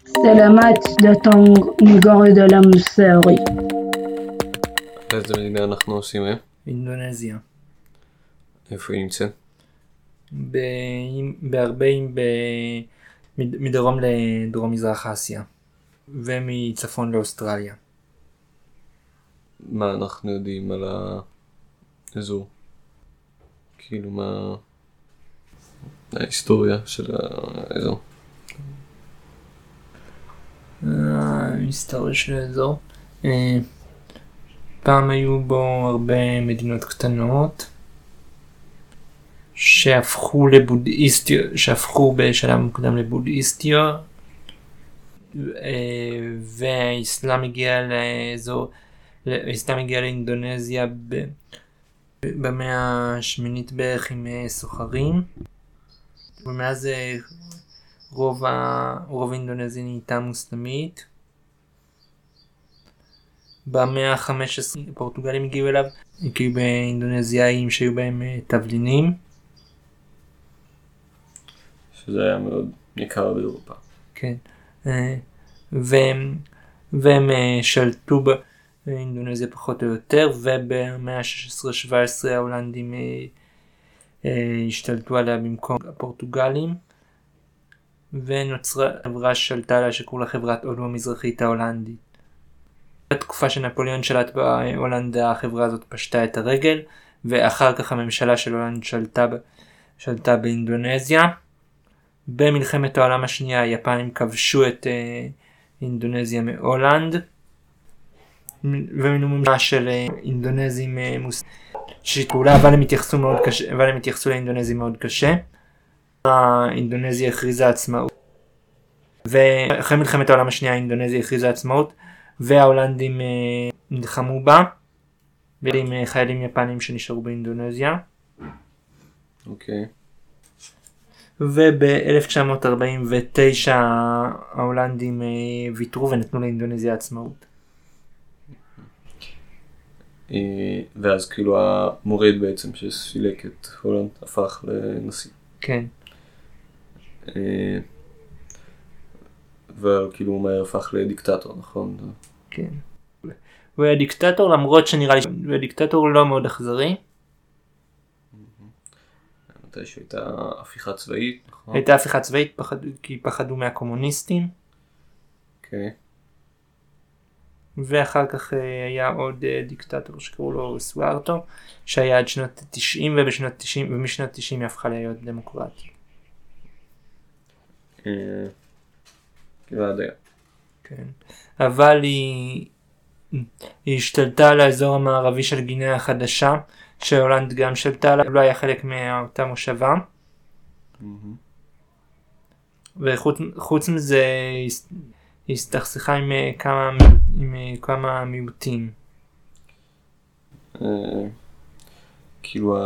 Selamat datang negara dalam sehari. באיזה מדינה אנחנו עושים היום? אינדונזיה. איפה היא נמצאת? בהרבה מדרום לדרום מזרח אסיה ומצפון לאוסטרליה. מה אנחנו יודעים על האזור? כאילו מה ההיסטוריה של האזור? ההיסטוריה של האזור, פעם היו בו הרבה מדינות קטנות שהפכו בשלב מוקדם לבודהיסטיות, והאסלאם הגיע לאזור, האסלאם הגיע לאינדונזיה במאה השמינית בערך עם סוחרים, ומאז רוב אינדונזיה נהייתה מוסלמית. במאה ה-15 פורטוגלים הגיעו אליו, הגיעו באינדונזיאים שהיו בהם תבלינים. שזה היה מאוד יקר באירופה. כן. והם שלטו באינדונזיה פחות או יותר, ובמאה ה-16-17 ההולנדים השתלטו עליה במקום הפורטוגלים, ונוצרה חברה ששלטה עליה שקראו לה חברת הודו המזרחית ההולנדית. בתקופה שנפוליאון שלט בהולנד החברה הזאת פשטה את הרגל, ואחר כך הממשלה של הולנד שלטה באינדונזיה. במלחמת העולם השנייה היפנים כבשו את אינדונזיה מהולנד, ומינו ממשלה של אינדונזים שתקולה, אבל הם התייחסו לאינדונזים מאוד קשה. אינדונזיה הכריזה עצמאות, ואחרי מלחמת העולם השנייה אינדונזיה הכריזה עצמאות, וההולנדים נלחמו בה עם חיילים יפנים שנשארו באינדונזיה. אוקיי. וב-1949 ההולנדים ויתרו ונתנו לאינדונזיה עצמאות. ואז כאילו המורד בעצם שסילק את הולנד הפך לנשיא. כן. וכאילו מהר הפך לדיקטטור, נכון? כן. הוא היה דיקטטור, למרות שנראה לי שהוא היה דיקטטור לא מאוד אכזרי. מתי שהייתה הפיכה צבאית, נכון? הייתה הפיכה צבאית כי פחדו מהקומוניסטים. אוקיי. ואחר כך היה עוד דיקטטור שקראו לו סוארטו, שהיה עד שנות 90, ומשנות 90 היא הפכה להיות דמוקרטית. כבעד היה. כן. אבל היא השתלטה על האזור המערבי של גינאה החדשה, שהולנד גם שלטה עליו, לא היה חלק מאותה מושבה. וחוץ מזה היא הסתכסכה עם כמה מיעוטים. כאילו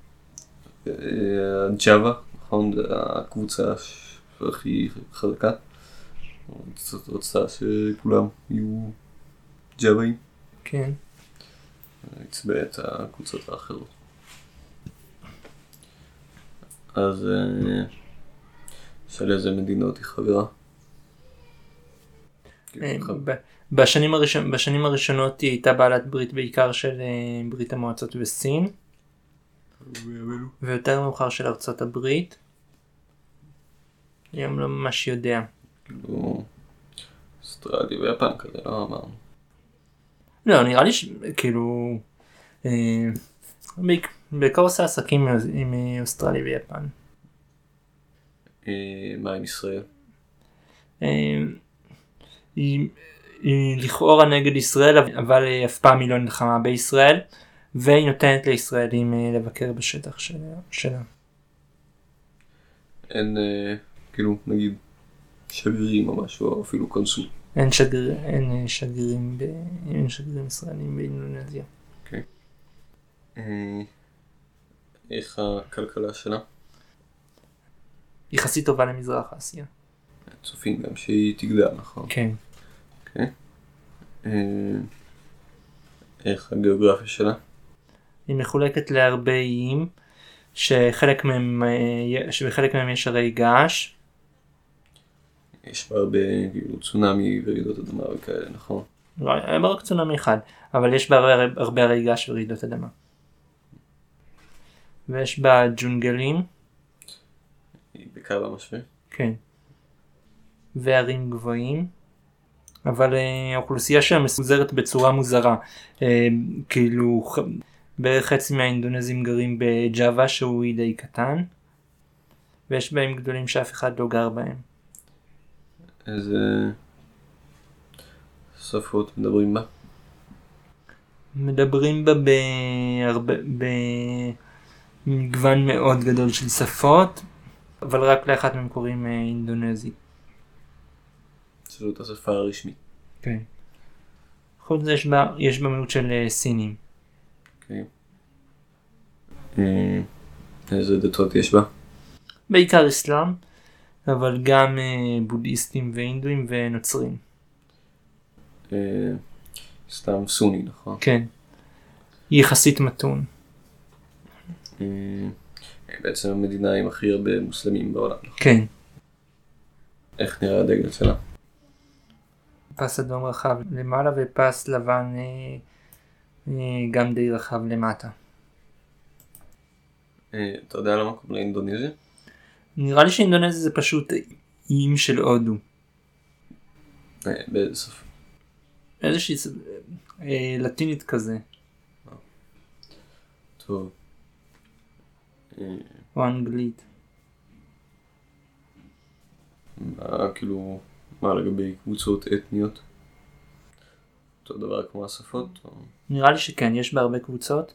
הג'אווה, נכון? הקבוצה הכי חזקה. רצתה שכולם יהיו ג'אוואים. כן. הצבע את הקבוצות האחרות. אז של איזה מדינות היא חברה? בשנים הראשונות היא הייתה בעלת ברית בעיקר של ברית המועצות וסין, ויותר מאוחר של ארצות הברית. היום לא ממש יודע. כאילו אוסטרליה ויפן כזה, לא אמרנו. לא, נראה לי כאילו בעיקר עושה עסקים עם אוסטרליה ויפן. מה עם ישראל? היא לכאורה נגד ישראל, אבל אף פעם היא לא נלחמה בישראל, והיא נותנת לישראלים לבקר בשטח שלה. אין כאילו נגיד שגרירים או משהו, או אפילו קונסול. אין שגרירים ישראלים באינדונזיה. אוקיי. איך הכלכלה שלה? יחסית טובה למזרח אסיה. צופים גם שהיא תגדל, נכון? כן. אוקיי. איך הגיאוגרפיה שלה? היא מחולקת להרבה איים, שבחלק מהם יש הרי געש. יש בה הרבה כאילו צונאמי ורעידות אדמה וכאלה, נכון? לא, היה בה רק צונאמי אחד, אבל יש בה הרבה הרי געש ורעידות אדמה. ויש בה ג'ונגלים. היא בקו המשווה? כן. וערים גבוהים. אבל האוכלוסייה שם מסוזרת בצורה מוזרה. כאילו בערך חצי מהאינדונזים גרים בג'אווה שהוא אי די קטן. ויש בהם גדולים שאף אחד לא גר בהם. איזה שפות מדברים בה? מדברים בה במגוון מאוד גדול של שפות, אבל רק לאחת מהם קוראים אינדונזית. זאת השפה הרשמית. כן. חוץ זה יש בה מיעוט של סינים. אוקיי. איזה דתות יש בה? בעיקר אסלאם, אבל גם בודהיסטים ואינדואים ונוצרים. סתם סוני, נכון? כן. היא יחסית מתון. בעצם המדינה עם הכי הרבה מוסלמים בעולם, נכון? כן. איך נראה הדגל שלה? פס אדום רחב למעלה ופס לבן גם די רחב למטה. אתה יודע למה קוראים לאינדונזיה? נראה לי שאינדונזיה זה פשוט איים של הודו. באיזה שפה? איזושהי לטינית כזה. טוב. או אנגלית. מה לגבי קבוצות אתניות? אותו דבר כמו השפות? נראה לי שכן, יש בה הרבה קבוצות.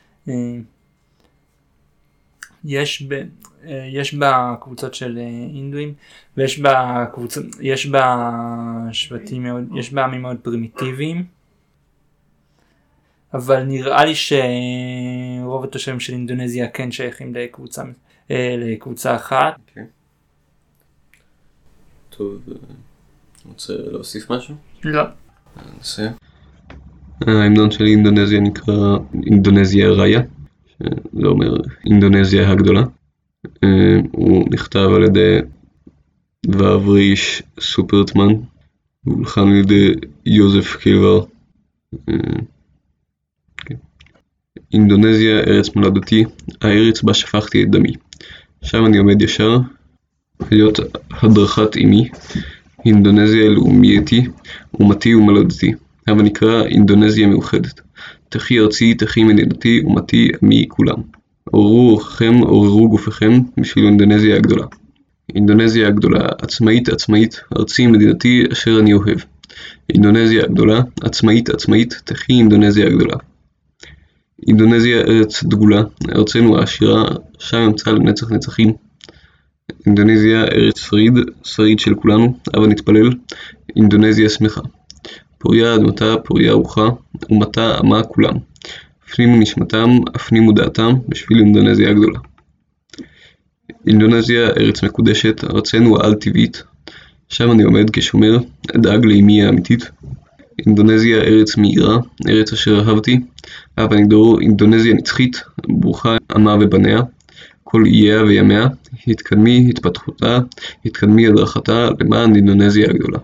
יש בה קבוצות של אינדואים, ויש בה שבטים מאוד, יש בה עמים מאוד פרימיטיביים, אבל נראה לי שרוב התושבים של אינדונזיה כן שייכים לקבוצה אחת. Okay. טוב, רוצה להוסיף משהו? לא. ננסה. ההמנון של אינדונזיה נקרא אינדונזיה ראיה, שזה אומר אינדונזיה הגדולה. הוא נכתב על ידי ואבריש סופרטמן, והולחן על ידי יוזף קילבר. אינדונזיה, ארץ מולדתי, הארץ בה שפכתי את דמי. שם אני עומד ישר, להיות הדרכת אמי. אינדונזיה לאומייתי, אומתי ומולדתי, אבל נקרא אינדונזיה מאוחדת. תחי ארצי, תחי מדינתי, אומתי, עמי, כולם. עוררו רוחכם, עוררו גופכם, בשביל אינדונזיה הגדולה. אינדונזיה הגדולה, עצמאית, עצמאית, ארצי, מדינתי, אשר אני אוהב. אינדונזיה הגדולה, עצמאית, עצמאית, תחי אינדונזיה הגדולה. אינדונזיה ארץ דגולה, ארצנו העשירה, שם אמצא לנצח נצחים. אינדונזיה ארץ שריד, שריד של כולנו, אבל נתפלל. אינדונזיה שמחה. פוריה אדמתה, פוריה רוחה, אומתה עמה כולם. הפנימו נשמתם, הפנימו דעתם, בשביל אינדונזיה הגדולה. אינדונזיה ארץ מקודשת, ארצנו העל טבעית. שם אני עומד כשומר, אדאג לאמי האמיתית. אינדונזיה ארץ מהירה, ארץ אשר אהבתי, אבל נגדור אינדונזיה נצחית, ברוכה עמה ובניה. כל אייה וימיה, התקדמי התפתחותה, התקדמי הדרכתה למען אינדונזיה הגדולה.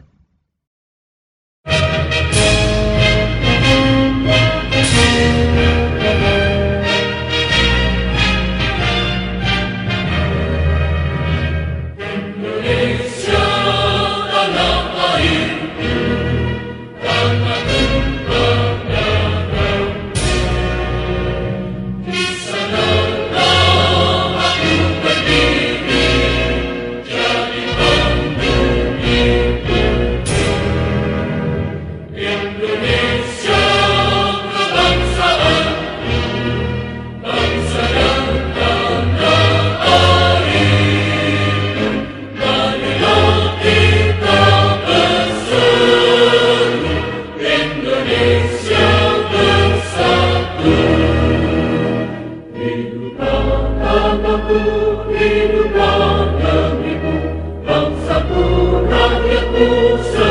Hiduplah negeriku, bangsaku, rakyatku.